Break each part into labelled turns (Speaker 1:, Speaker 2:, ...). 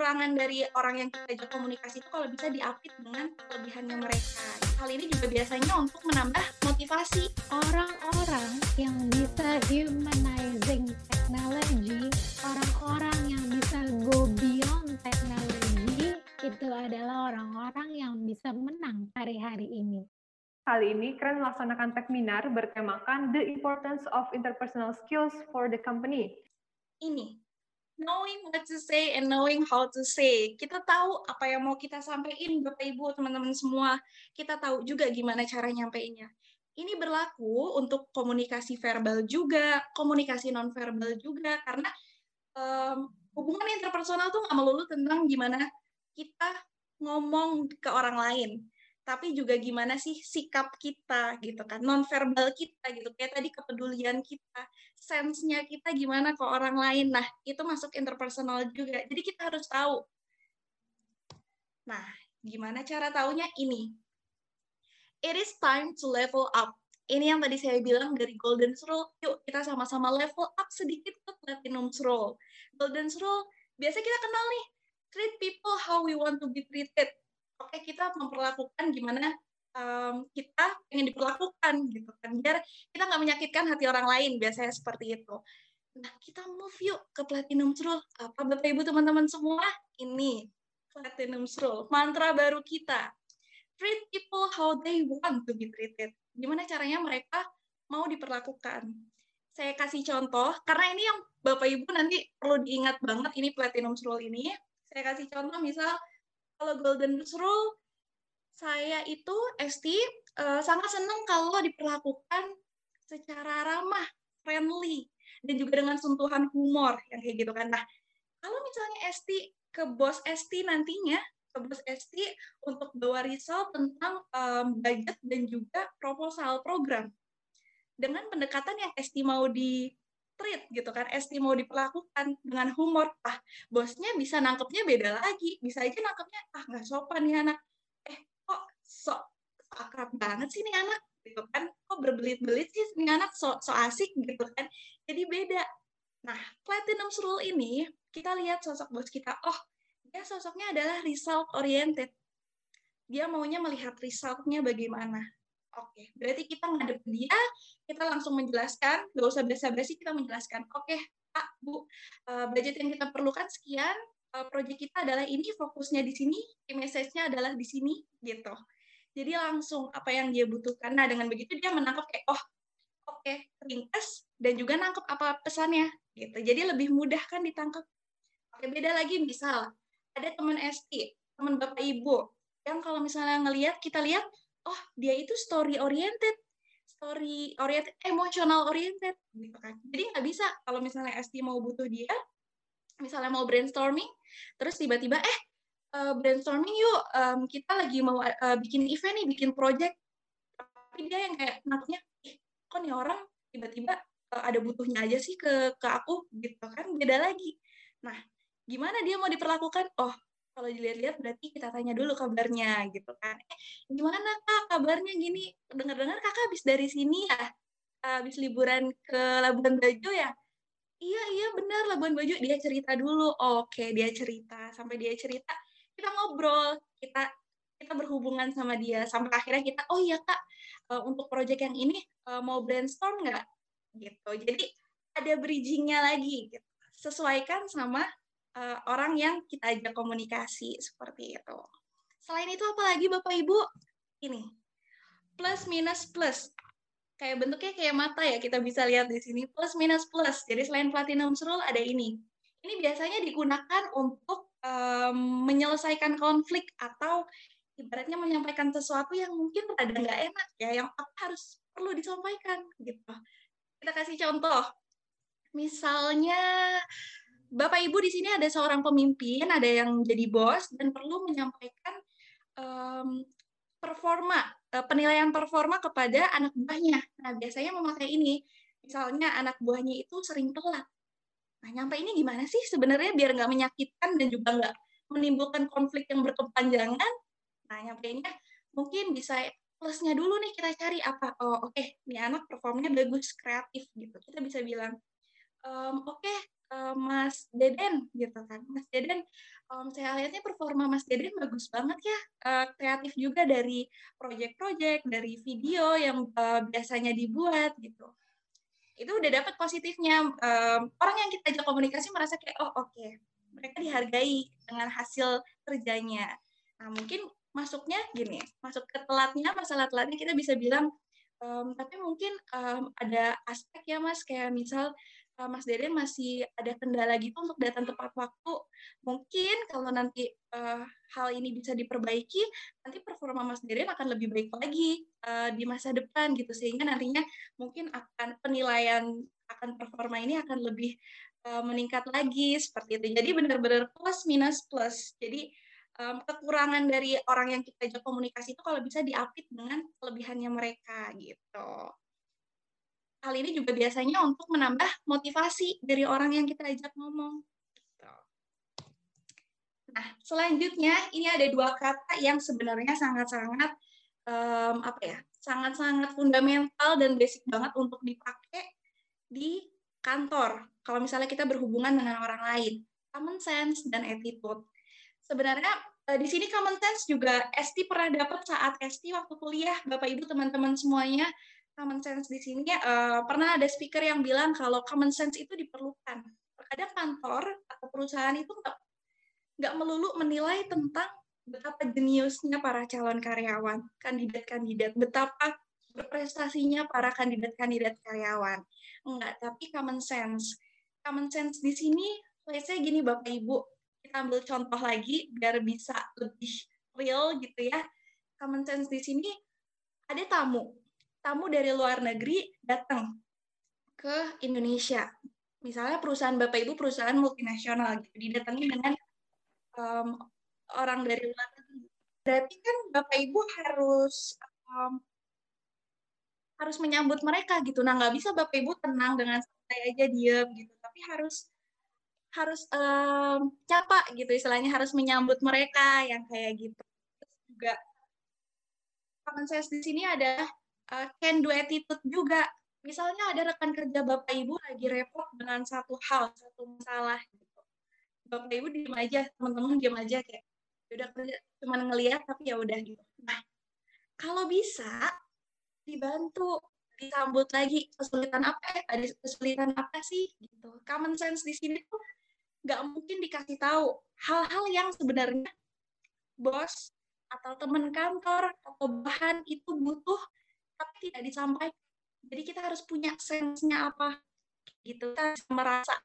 Speaker 1: kekurangan dari orang yang kita ajak komunikasi itu kalau bisa diapit dengan kelebihannya mereka. Hal ini juga biasanya untuk menambah motivasi.
Speaker 2: Orang-orang yang bisa humanizing technology, orang-orang yang bisa go beyond technology, itu adalah orang-orang yang bisa menang hari-hari ini.
Speaker 3: Kali ini, Keren melaksanakan Techminar bertemakan The Importance of Interpersonal Skills for the Company.
Speaker 1: Ini, knowing what to say and knowing how to say. Kita tahu apa yang mau kita sampaikan, Bapak Ibu, teman-teman semua. Kita tahu juga gimana cara nyampeinnya. Ini berlaku untuk komunikasi verbal juga, komunikasi non-verbal juga, karena hubungan interpersonal tuh nggak melulu tentang gimana kita ngomong ke orang lain, tapi juga gimana sih sikap kita gitu kan, non-verbal kita gitu, kayak tadi kepedulian kita, sense-nya kita gimana ke orang lain. Nah, itu masuk interpersonal juga. Jadi kita harus tahu. Nah, gimana cara taunya? Ini. It is time to level up. Ini yang tadi saya bilang dari Golden Rule. Yuk kita sama-sama level up sedikit ke Platinum Rule. Golden Rule, biasa kita kenal nih, treat people how we want to be treated. Oke, kita memperlakukan gimana kita ingin diperlakukan gitu kan, biar kita nggak menyakitkan hati orang lain, biasanya seperti itu. Nah, kita move yuk ke Platinum Rule. Apa Bapak Ibu teman-teman semua? Ini Platinum Rule, mantra baru kita. Treat people how they want to be treated. Gimana caranya mereka mau diperlakukan. Saya kasih contoh, karena ini yang Bapak Ibu nanti perlu diingat banget, ini Platinum Rule ini. Saya kasih contoh, misal kalau Golden Rule, saya itu Esti sangat senang kalau diperlakukan secara ramah, friendly, dan juga dengan sentuhan humor, yang kayak gitu kan. Nah, kalau misalnya Esti ke bos Esti nantinya, ke bos Esti untuk bawa result tentang budget dan juga proposal program, dengan pendekatan yang Esti mau di treat gitu kan, Esti mau diperlakukan dengan humor, bosnya bisa nangkepnya beda lagi, bisa aja nangkepnya nggak sopan nih anak, kok sok akrab banget sih nih anak gitu kan, kok berbelit-belit sih nih anak, so asik gitu kan, jadi beda. Nah, Platinum Rule ini kita lihat sosok bos kita, dia sosoknya adalah result oriented, dia maunya melihat resultnya bagaimana. Oke, berarti kita ngadep dia, kita langsung menjelaskan, nggak usah basa-basi, kita menjelaskan, oke, Pak, Bu, budget yang kita perlukan sekian, proyek kita adalah ini, fokusnya di sini, key message-nya adalah di sini, gitu. Jadi langsung apa yang dia butuhkan. Nah, dengan begitu dia menangkap kayak, oke, ringkas, dan juga nangkep apa pesannya, gitu. Jadi lebih mudah kan ditangkap. Oke, beda lagi misal, ada teman ST, teman Bapak Ibu, yang kalau misalnya kita lihat, dia itu story oriented, emotional oriented, gitu kan. Jadi nggak bisa kalau misalnya ST mau butuh dia, misalnya mau brainstorming, terus tiba-tiba, brainstorming yuk, kita lagi mau bikin event nih, bikin project, tapi dia yang kayak nangkepnya, kok nih orang tiba-tiba ada butuhnya aja sih ke aku, gitu kan, beda lagi. Nah, gimana dia mau diperlakukan? Kalau dilihat-lihat berarti kita tanya dulu kabarnya gitu kan. Gimana Kak kabarnya gini? Dengar-dengar Kakak habis dari sini ya? Habis liburan ke Labuan Bajo ya? Iya benar Labuan Bajo. Dia cerita dulu. Oke, dia cerita. Sampai dia cerita, kita ngobrol. Kita berhubungan sama dia. Sampai akhirnya kita, oh iya Kak, untuk proyek yang ini mau brainstorm nggak? Gitu. Jadi ada bridging-nya lagi. Gitu. Sesuaikan sama orang yang kita ajak komunikasi seperti itu. Selain itu apa lagi Bapak Ibu? Ini plus minus plus. Kayak bentuknya kayak mata ya, kita bisa lihat di sini plus minus plus. Jadi selain Platinum Rule ada ini. Ini biasanya digunakan untuk menyelesaikan konflik atau ibaratnya menyampaikan sesuatu yang mungkin rada nggak enak ya, yang harus perlu disampaikan gitu. Kita kasih contoh. Misalnya Bapak Ibu di sini ada seorang pemimpin, ada yang jadi bos dan perlu menyampaikan penilaian performa kepada anak buahnya. Nah, biasanya memakai ini. Misalnya anak buahnya itu sering telat. Nah, nyampe ini gimana sih sebenarnya biar nggak menyakitkan dan juga nggak menimbulkan konflik yang berkepanjangan? Nah, nyampeinnya mungkin bisa plusnya dulu nih kita cari apa. Oke, nih anak performnya bagus, kreatif gitu. Kita bisa bilang, oke, Mas Deden gitu kan. Mas Deden, saya lihatnya performa Mas Deden bagus banget ya, kreatif juga dari proyek-proyek, dari video yang biasanya dibuat gitu. Itu udah dapat positifnya. Orang yang kita ajak komunikasi merasa kayak, oh oke, mereka dihargai dengan hasil kerjanya. Nah mungkin masuknya gini, masuk ke telatnya, masalah telatnya kita bisa bilang, tapi mungkin ada aspek ya Mas, kayak misal Mas Deden masih ada kendala gitu untuk datang tepat waktu. Mungkin kalau nanti hal ini bisa diperbaiki, nanti performa Mas Deden akan lebih baik lagi di masa depan gitu, sehingga nantinya mungkin akan penilaian akan performa ini akan lebih meningkat lagi seperti itu. Jadi benar-benar plus minus plus. Jadi kekurangan dari orang yang kita ajak komunikasi itu kalau bisa diapit dengan kelebihannya mereka gitu. Hal ini juga biasanya untuk menambah motivasi dari orang yang kita ajak ngomong. Nah, selanjutnya ini ada 2 kata yang sebenarnya sangat-sangat sangat-sangat fundamental dan basic banget untuk dipakai di kantor. Kalau misalnya kita berhubungan dengan orang lain, common sense dan attitude. Sebenarnya di sini common sense juga Esti pernah dapat saat Esti waktu kuliah, Bapak Ibu teman-teman semuanya. Common sense di sini pernah ada speaker yang bilang kalau common sense itu diperlukan. Terkadang kantor atau perusahaan itu nggak melulu menilai tentang betapa jeniusnya para calon karyawan, kandidat-kandidat, betapa berprestasinya para kandidat-kandidat karyawan. Enggak, tapi common sense. Common sense di sini, saya gini Bapak Ibu, kita ambil contoh lagi biar bisa lebih real gitu ya. Common sense di sini ada tamu dari luar negeri datang ke Indonesia. Misalnya perusahaan Bapak Ibu perusahaan multinasional gitu, didatangi dengan orang dari luar negeri. Berarti kan Bapak Ibu harus menyambut mereka gitu. Nah, nggak bisa Bapak Ibu tenang dengan santai aja diam gitu, tapi harus capa gitu istilahnya, harus menyambut mereka yang kayak gitu. Terus juga common sense di sini ada can do attitude juga. Misalnya ada rekan kerja Bapak Ibu lagi repot dengan satu masalah gitu. Bapak Ibu diem aja, teman-teman diem aja kayak udah kerja cuma ngelihat tapi ya udah gitu. Nah, kalau bisa dibantu, disambut lagi kesulitan apa sih gitu. Common sense di sini tuh nggak mungkin dikasih tahu hal-hal yang sebenarnya bos atau teman kantor atau bahan itu butuh tapi tidak disampaikan. Jadi kita harus punya sense-nya apa gitu, kita harus merasa.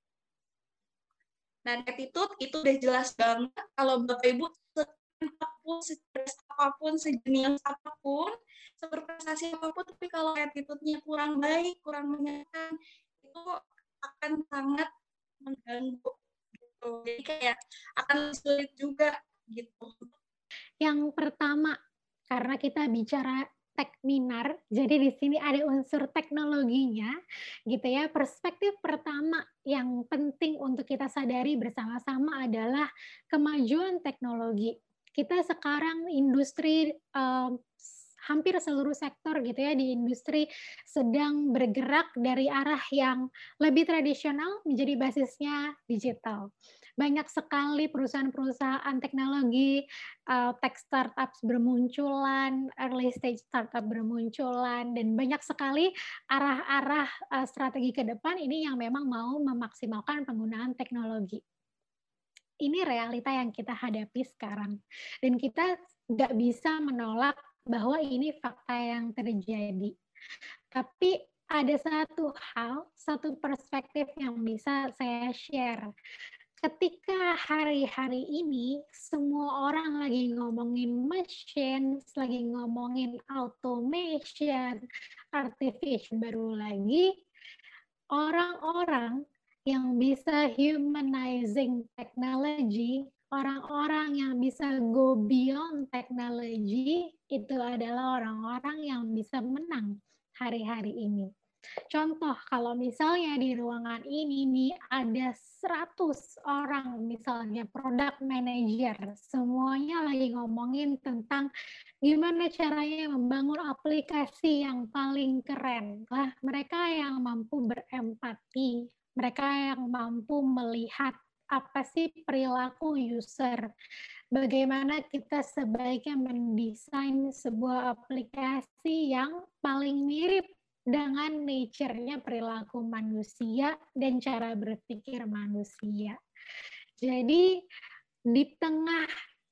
Speaker 1: Dan attitude itu udah jelas banget kalau Bapak Ibu secerdas apapun, sejenius apapun, seberprestasi apapun, tapi kalau attitude-nya kurang baik, kurang menyenangkan, itu akan sangat mengganggu gitu. Jadi kayak akan sulit juga gitu.
Speaker 2: Yang pertama, karena kita bicara Techminar, jadi di sini ada unsur teknologinya, gitu ya. Perspektif pertama yang penting untuk kita sadari bersama-sama adalah kemajuan teknologi. Kita sekarang industri hampir seluruh sektor gitu ya di industri sedang bergerak dari arah yang lebih tradisional menjadi basisnya digital. Banyak sekali perusahaan-perusahaan teknologi, tech startups bermunculan, early stage startup bermunculan, dan banyak sekali arah-arah strategi ke depan ini yang memang mau memaksimalkan penggunaan teknologi. Ini realita yang kita hadapi sekarang. Dan kita nggak bisa menolak bahwa ini fakta yang terjadi. Tapi ada satu perspektif yang bisa saya share. Ketika hari-hari ini semua orang lagi ngomongin machine, lagi ngomongin automation, artificial baru lagi, orang-orang yang bisa humanizing technology, orang-orang yang bisa go beyond technology, itu adalah orang-orang yang bisa menang hari-hari ini. Contoh, kalau misalnya di ruangan ini nih ada 100 orang misalnya product manager, semuanya lagi ngomongin tentang gimana caranya membangun aplikasi yang paling keren. Lah, mereka yang mampu berempati, Mereka yang mampu melihat apa sih perilaku user, bagaimana kita sebaiknya mendesain sebuah aplikasi yang paling mirip dengan nature-nya perilaku manusia dan cara berpikir manusia. Jadi di tengah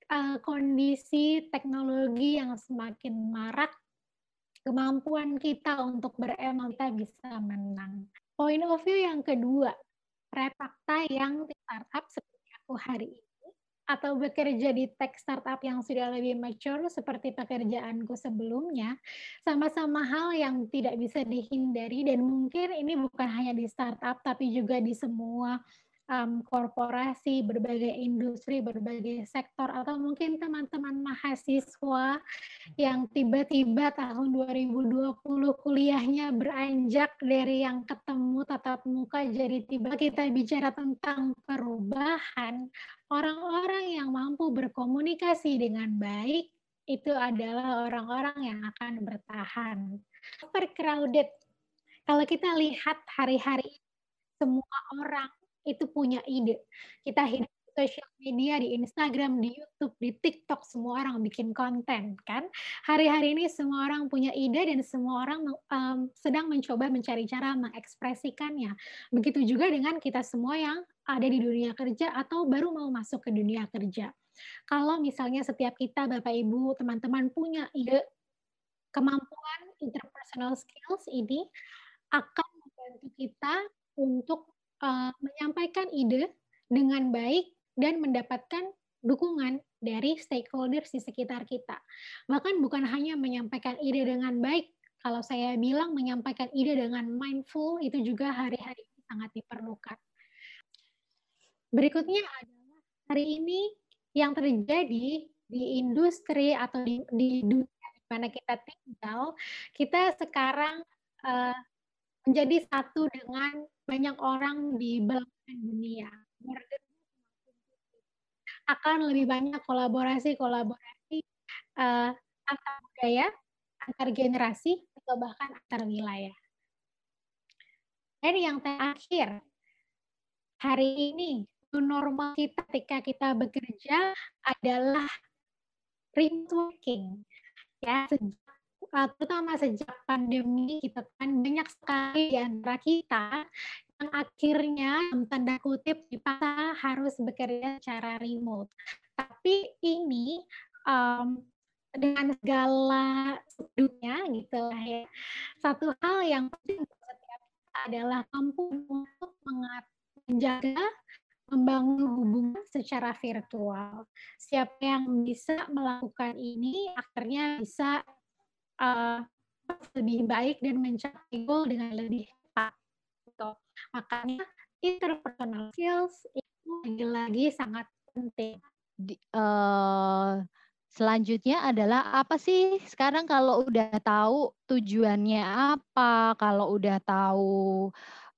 Speaker 2: kondisi teknologi yang semakin marak, kemampuan kita untuk beremal kita bisa menang. Point of view yang kedua, fakta yang di startup seperti aku hari ini atau bekerja di tech startup yang sudah lebih mature seperti pekerjaanku sebelumnya, sama-sama hal yang tidak bisa dihindari dan mungkin ini bukan hanya di startup tapi juga di semua korporasi, berbagai industri, berbagai sektor, atau mungkin teman-teman mahasiswa yang tiba-tiba tahun 2020 kuliahnya beranjak dari yang ketemu tatap muka jadi tiba kita bicara tentang perubahan, orang-orang yang mampu berkomunikasi dengan baik itu adalah orang-orang yang akan bertahan. Overcrowded. Kalau kita lihat hari-hari semua orang itu punya ide. Kita hidup di sosial media, di Instagram, di YouTube, di TikTok, semua orang bikin konten, kan? Hari-hari ini semua orang punya ide dan semua orang sedang mencoba mencari cara mengekspresikannya. Begitu juga dengan kita semua yang ada di dunia kerja atau baru mau masuk ke dunia kerja. Kalau misalnya setiap kita, Bapak Ibu, teman-teman punya ide, kemampuan interpersonal skills ini akan membantu kita untuk menyampaikan ide dengan baik dan mendapatkan dukungan dari stakeholders di sekitar kita. Bahkan bukan hanya menyampaikan ide dengan baik, kalau saya bilang menyampaikan ide dengan mindful itu juga hari-hari ini sangat diperlukan. Berikutnya adalah hari ini yang terjadi di industri atau di dunia di mana kita tinggal, kita sekarang menjadi satu dengan banyak orang di belahan dunia. Akan lebih banyak kolaborasi antar budaya, antar generasi, atau bahkan antar wilayah. Dan yang terakhir, hari ini normal kita ketika kita bekerja adalah remote working. Ya, terutama sejak pandemi kita kan banyak sekali di antara kita yang akhirnya tanda kutip dipaksa harus bekerja secara remote. Tapi ini dengan segala sudutnya gitu lah ya. Satu hal yang penting untuk setiap kita adalah mampu untuk menjaga membangun hubungan secara virtual. Siapa yang bisa melakukan ini akhirnya bisa lebih baik dan mencapai goal dengan lebih cepat. Gitu. Makanya interpersonal skills itu lagi-lagi sangat penting.
Speaker 4: Selanjutnya adalah apa sih sekarang kalau udah tahu tujuannya apa, kalau udah tahu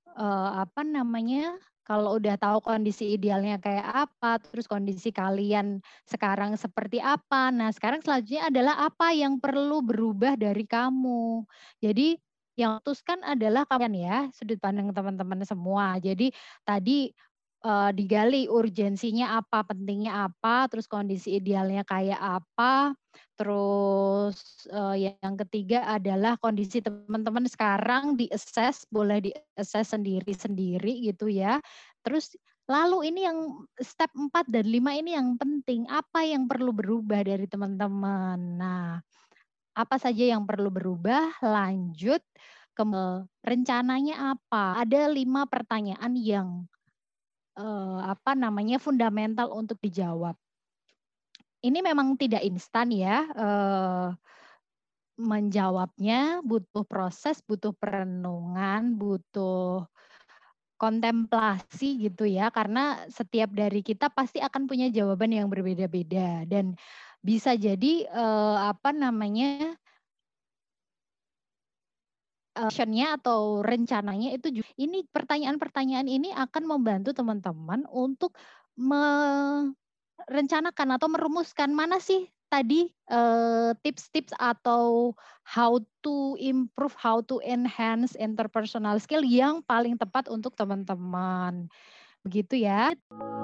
Speaker 4: kalau udah tahu kondisi idealnya kayak apa, terus kondisi kalian sekarang seperti apa. Nah, sekarang selanjutnya adalah apa yang perlu berubah dari kamu. Jadi yang putuskan adalah kalian ya, sudut pandang teman-teman semua. Jadi tadi digali urgensinya apa, pentingnya apa, terus kondisi idealnya kayak apa, terus yang ketiga adalah kondisi teman-teman sekarang di-assess, boleh di-assess sendiri-sendiri gitu ya. Terus lalu ini yang step 4 dan 5 ini yang penting, apa yang perlu berubah dari teman-teman. Nah, apa saja yang perlu berubah, lanjut ke rencananya apa. Ada 5 pertanyaan yang fundamental untuk dijawab. Ini memang tidak instan ya, menjawabnya butuh proses, butuh perenungan, butuh kontemplasi gitu ya, karena setiap dari kita pasti akan punya jawaban yang berbeda-beda dan bisa jadi actionnya atau rencananya itu juga. Ini pertanyaan-pertanyaan ini akan membantu teman-teman untuk merencanakan atau merumuskan mana sih tadi tips-tips atau how to improve, how to enhance interpersonal skill yang paling tepat untuk teman-teman. Begitu ya.